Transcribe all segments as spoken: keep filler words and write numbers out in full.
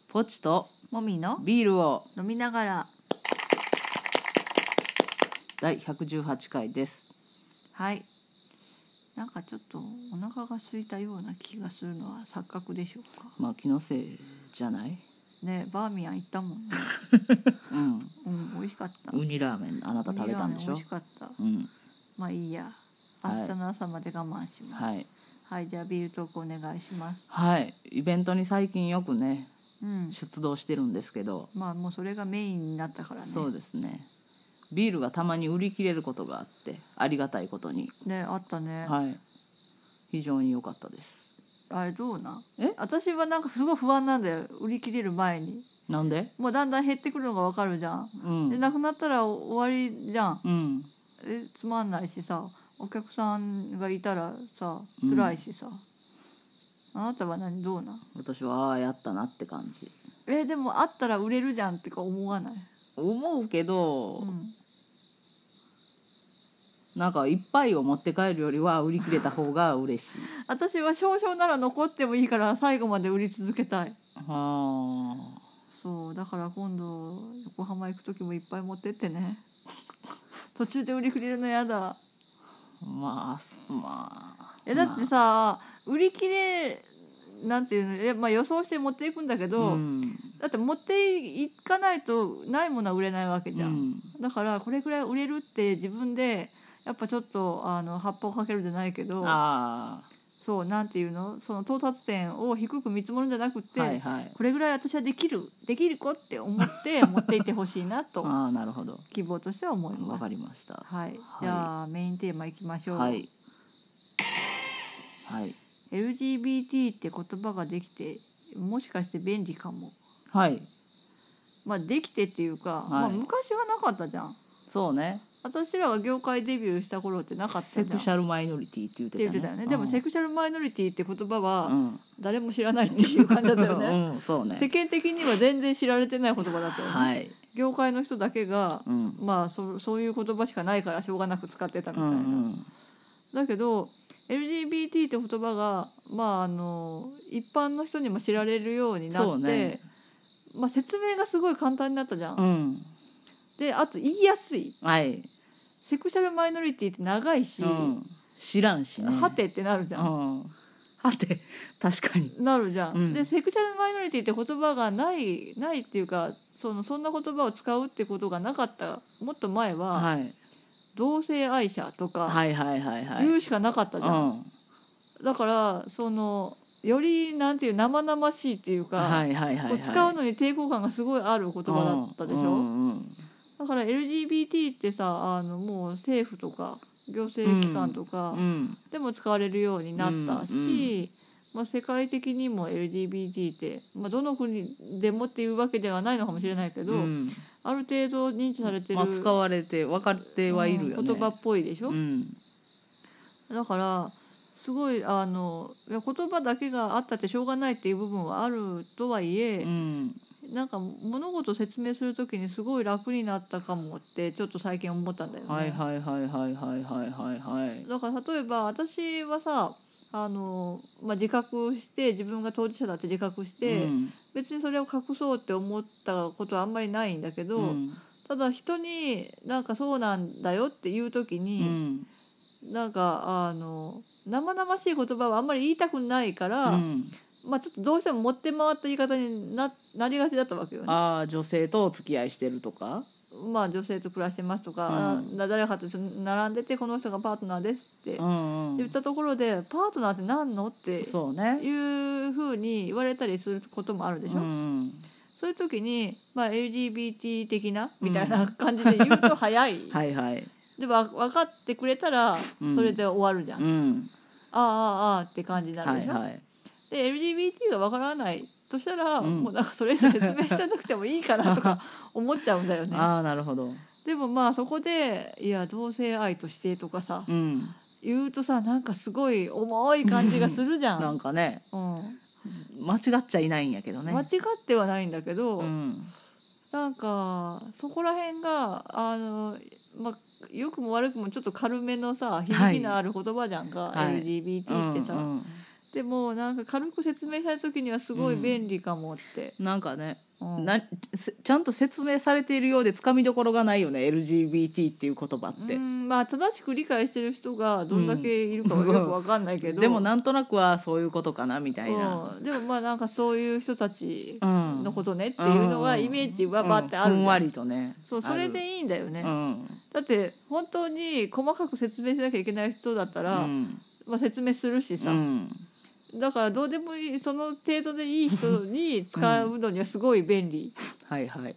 ポチともみのビールを飲みながら。 だいひゃくじゅうはちかいです。 はい。なんかちょっとお腹が空いたような気がするのは錯覚でしょうか。 まあ気のせいじゃない。 ね、バーミヤン行ったもんね。 うん、 うん、美味しかった。 ウニラーメンあなた食べたんでしょ。 ウニラーメン美味しかった。 うん、 まあいいや。明日の朝まで我慢します。 はい。 はい、じゃあビールトークお願いします。 はい。イベントに最近よくね、 うん、 出動してるんですけど。 まあもうそれがメインになったからね。 そうですね。ビールがたまに売り切れることがあってありがたいことに。 ね、あったね。 はい。非常に良かったです。 あれどうなん？ え？ 私はなんかすごい不安なんだよ。売り切れる前に。 なんで？ もうだんだん減ってくるのがわかるじゃん。 うん。 でなくなったら終わりじゃん。 うん。 えつまんないしさ、お客さんがいたらさ辛いしさ、うん、あなたは何どうなん？ 私はああやったなって感じ。 えでもあったら売れるじゃんってか思わない？ 思うけど、 うん、 なんかいっぱいを持って帰るよりは売り切れた方が嬉しい。 私は少々なら残ってもいいから最後まで売り続けたい。 はあ。 そうだから今度横浜行く時もいっぱい持ってってね。途中で売り切れるのやだ。 まあまあえだってさ、売り切れなんていうの、え、まあ、予想して持っていくんだけど、うん、だって持っていかないとないものは売れないわけじゃん、うん、だからこれくらい売れるって自分でやっぱちょっとあの発砲かけるじゃないけど、あそうなんていうの、その到達点を低く見積もるんじゃなくて、はいはい、これぐらい私はできるできる子って思って持っていってほしいなとあなるほど希望としては思います。 わかりました、 はいはい、じゃあメインテーマいきましょう。 はい、はい、 エルジービーティー って言葉ができてもしかして便利かも。 はい。 まあできてっていうか、はい、まあ昔はなかったじゃん。 そうね。 私らが業界デビューした頃ってなかったじゃん。 セクシャルマイノリティって言ってたね。 って言ってたよね。でもセクシャルマイノリティって言葉は誰も知らないっていう感じだったよね。うん、そうね。世間的には全然知られてない言葉だったよね。はい。業界の人だけが、うん、まあ そ, そういう言葉しかないからしょうがなく使ってたみたいな。うんうん、だけど。エルジービーティー って言葉が、まあ、あの一般の人にも知られるようになって、ね、まあ、説明がすごい簡単になったじゃん、うん、であと言いやすい、はい、セクシャルマイノリティって長いし、うん、 知らんしね、 はてってなるじゃん、うん、 はて確かになるじゃん、うん、でセクシャルマイノリティって言葉がないないっていうかそのそんな言葉を使うってことがなかったもっと前は、はい、同性愛者とか言うしかなかったじゃん、はいはいはいはい、だからそのよりなんていう生々しいっていうか、はいはいはいはい、使うのに抵抗感がすごいある言葉だったでしょ、うんうん、だから エルジービーティー ってさあのもう政府とか行政機関とかでも使われるようになったし、うんうんまあ、世界的にも エルジービーティー って、まあ、どの国でもっていうわけではないのかもしれないけど、うんある程度認知されてる、 まあ、使われて分かってはいるよね、 うん、言葉っぽいでしょ、うん、だからすごいあの言葉だけがあったってしょうがないっていう部分はあるとはいえ、うん、なんか物事を説明するときにすごい楽になったかもってちょっと最近思ったんだよね。 はいはいはいはいはいはいはいはいだから例えば私はさあの、まあ、自覚して自分が当事者だって自覚して、うん、別にそれを隠そうって思ったことはあんまりないんだけど、うん、ただ人になんかそうなんだよっていう時に、うん、なんかあの生々しい言葉はあんまり言いたくないから、うんまあ、ちょっとどうしても持って回った言い方に な, なりがちだったわけよね。 あ女性とお付き合いしてるとかまあ、女性と暮らしてますとか、うん、誰かと並んでてこの人がパートナーですって言ったところで、うんうん、パートナーって何のっていうふうに言われたりすることもあるでしょ、うん、そういう時に、まあ、エルジービーティー 的なみたいな感じで言うと早い、うん、はいはいで分かってくれたらそれで終わるじゃん、うん、ああああって感じになるでしょ、はいはい、で エルジービーティー が分からないとしたら、うん、もうなんかそれで説明してなくてもいいかなとか思っちゃうんだよね。 ああなるほど。 でもまあそこでいや同性愛としてとかさ、うん、言うとさなんかすごい重い感じがするじゃん。 なんかね、うん、間違っちゃいないんやけどね。 間違ってはないんだけど、うん、なんかそこら辺があのまあ良くも悪くもちょっと軽めのさ響きのある言葉じゃんか、はい、エルジービーティー ってさ。うんうんでもなんか軽く説明した時にはすごい便利かもって、 うん、なんかね、 うん、 なちゃんと説明されているようでつかみどころがないよね エルジービーティー っていう言葉って。 うんまあ正しく理解してる人がどんだけいるかはよく分かんないけど、 うん、でもなんとなくはそういうことかなみたいな、 うん、でもまあなんかそういう人たちのことねっていうのはイメージはバッてある、うん、 ふんわりとね、 そうそれでいいんだよね、 うん、 だって本当に細かく説明しなきゃいけない人だったら、うんまあ、説明するしさ、うんだからどうでもいいその程度でいい人に使うのにはすごい便利、 うん、はいはい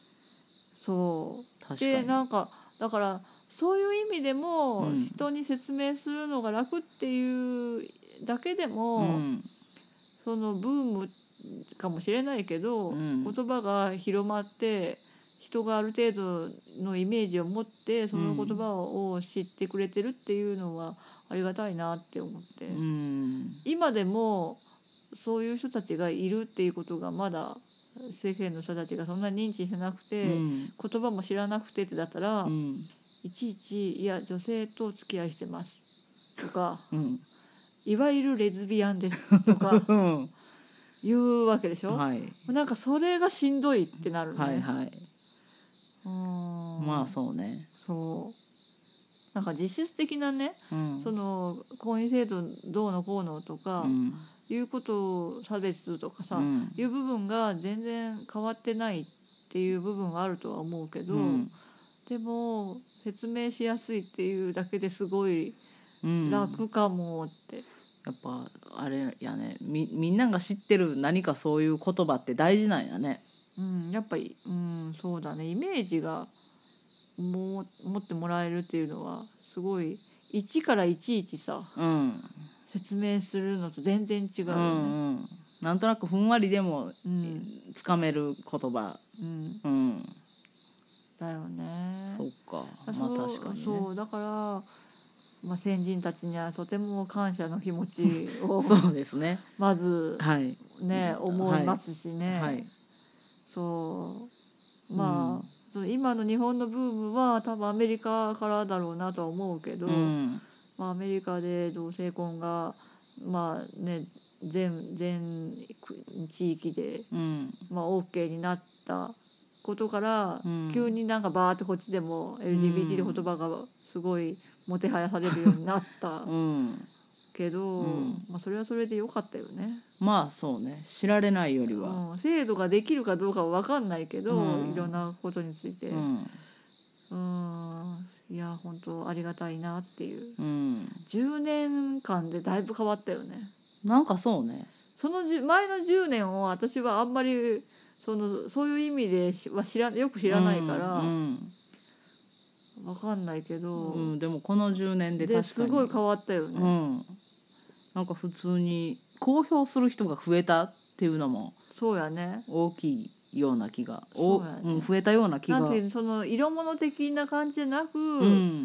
そう確かに。 でなんかだからそういう意味でも、うん、人に説明するのが楽っていうだけでも、うん、そのブームかもしれないけど、うん、言葉が広まって人がある程度のイメージを持ってその言葉を知ってくれてるっていうのはありがたいなって思って、うん、今でもそういう人たちがいるっていうことがまだ世間の人たちがそんな認知してなくて、うん、言葉も知らなくてってだったら、うん、いちいちいや女性とお付き合いしてますとか、うん、いわゆるレズビアンですとか言うわけでしょ、はい、なんかそれがしんどいってなるね、はいはい、 うんまあそうねそうなんか実質的なね、うん、その婚姻制度どうのこうのとか、うん、いうことを差別とかさ、うん、いう部分が全然変わってないっていう部分があるとは思うけど、うん、でも説明しやすいっていうだけですごい楽かもって、うん、 やっぱあれやね み, みんなが知ってる何かそういう言葉って大事なんやね、 うん、やっぱり、うん、そうだねイメージがも持ってもらえるっていうのはすごい一からいちいちさ、うん、説明するのと全然違うよね、うんうん、 なんとなくふんわりでもつかめる言葉、うんうん、 だよね。 そっか、まあ確かにね。 そうだから、まあ、先人たちにはとても感謝の気持ちをそうですねまずね、はい、思いますしね、はいはい、そうまあ、うんその今の日本のブームは多分アメリカからだろうなとは思うけど、うんまあ、アメリカで同性婚が、まあね、全, 全地域で、うんまあ、OK になったことから、うん、急になんかバーってこっちでも エルジービーティー の言葉がすごいもてはやされるようになった、うんけど、うんまあ、それはそれで良かったよね。 まあそうね知られないよりは、 うん、制度ができるかどうかは分かんないけど、うん、いろんなことについて、うん、うんいや本当ありがたいなっていう、うん、じゅうねんかんでだいぶ変わったよね。 なんかそうねその前のじゅうねんを私はあんまりそのそういう意味では知らよく知らないから、うんうん分かんないけど、 うん、でもこのじゅうねんで確かにですごい変わったよね、うん、 なんか普通に公表する人が増えたっていうのもそうやね大きいような気がそうやね、うん、増えたような気がなんてその色物的な感じじゃなく、うん、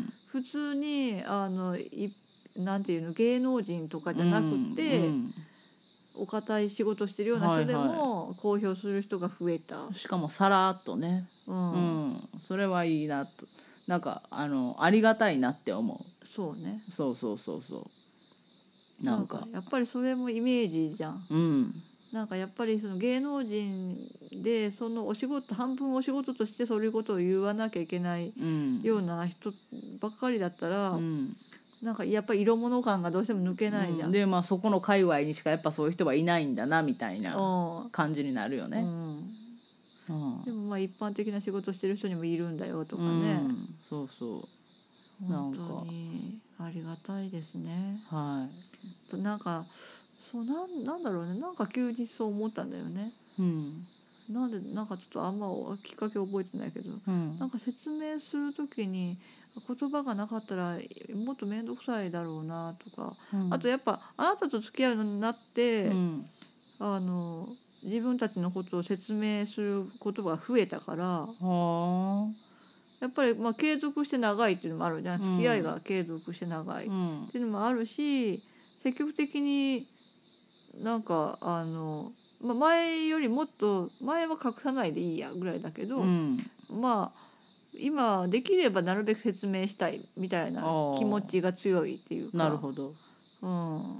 普通にあのいなんていうの芸能人とかじゃなくて、うんうんお堅い仕事してるような人でも公表する人が増えた、はいはい、しかもさらっとね、うんうん、それはいいなとなんかあのありがたいなって思う。 そうねそうそうそうそうなんかやっぱりそれもイメージじゃん、うん、なんかやっぱりその芸能人でそのお仕事半分お仕事としてそういうことを言わなきゃいけないような人ばっかりだったら、うんなんかやっぱり色物感がどうしても抜けないじゃん、うん、 でまあそこの界隈にしかやっぱそういう人はいないんだなみたいな感じになるよね、うんうん、でもまあ一般的な仕事してる人にもいるんだよとかね、うん、 そうそう本当にありがたいですね。はい。となんかそうなん、なんだろうねなんか急にそう思ったんだよね。うん。なんでなんかちょっとあんまきっかけ覚えてないけど、うん、なんか説明するときに言葉がなかったらもっと面倒くさいだろうなとか、うん、あとやっぱあなたと付き合うようになって、うん、あの自分たちのことを説明する言葉が増えたから。やっぱりまあ継続して長いっていうのもあるじゃん、付き合いが継続して長いっていうのもあるし、積極的になんかあの、まあ、前よりもっと前は隠さないでいいやぐらいだけど、うん、まあ今できればなるべく説明したいみたいな気持ちが強いっていうか。 なるほど、 うん、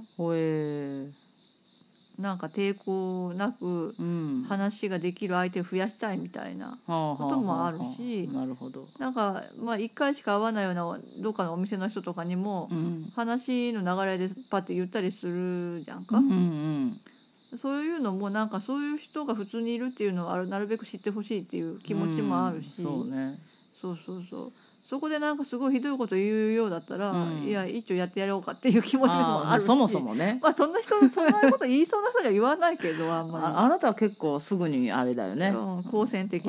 ほえなんか抵抗なく話ができる相手を増やしたいみたいなこともあるし、 なるほど。 なんかまあいっかいしか会わないようなどっかのお店の人とかにも話の流れでパッて言ったりするじゃんか、うんうんうん、そういうのもなんかそういう人が普通にいるっていうのはなるべく知ってほしいっていう気持ちもあるし、うん、そうね、そうそうそう、そこでなんかすごいひどいこと言うようだったら、うん、いや一応やってやろうかっていう気持ちもあるし、 そもそもね、 まあ、そんな人そんなこと言いそうな人には言わないけどあんまりあ, あなたは結構すぐにあれだよね、 うん、好戦的で、 うん、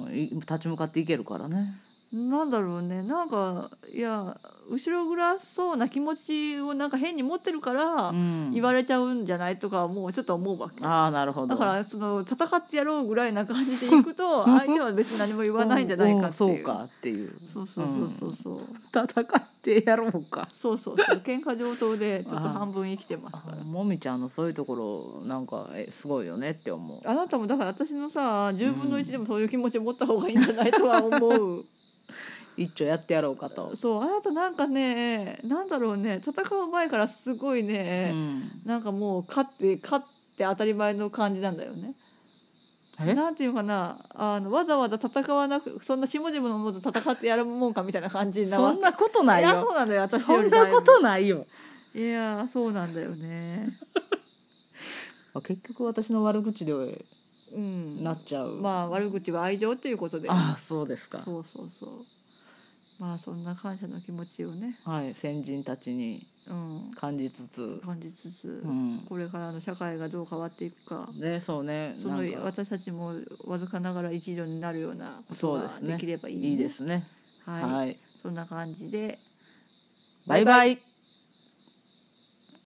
立ち向かっていけるからね。 なんだろうね、なんかいや後ろ暗そうな気持ちをなんか変に持ってるから言われちゃうんじゃないとかもうちょっと思うわけ、うん、 あ、なるほど。 だからその戦ってやろうぐらいな感じでいくと相手は別に何も言わないんじゃないかっていう、 そうかっていう、 そうそうそうそうそう、うん、 戦ってやろうか、 そうそうそう、喧嘩上等でちょっと半分生きてますから。 もみちゃんのそういうところなんかえすごいよねって思う。 あなたもだから私のさじゅうぶんのいちでもそういう気持ち持った方がいいんじゃないとは思う一丁やってやろうかと。 そう、あなたなんかね、なんだろうね、戦う前からすごいね、うん、なんかもう勝って勝って当たり前の感じなんだよね。なんていうかな、あのわざわざ戦わなく、そんな下々のものと戦ってやるもんかみたいな感じな。 そんなことないよ。 いやそうなんだよ、私よりそんなことないよ。 いやそうなんだよね結局私の悪口で、うん、なっちゃう。 まあ悪口は愛情っていうことで。 ああそうですか。 そうそうそう。まあそんな感謝の気持ちをね、 はい、先人たちに感じつつ、うん、 感じつつ、うん、これからの社会がどう変わっていくか、 ね、そうね、 その私たちもわずかながら一助になるようなことができればいいね。 いいですね。 はい、はい、そんな感じでバイバイ。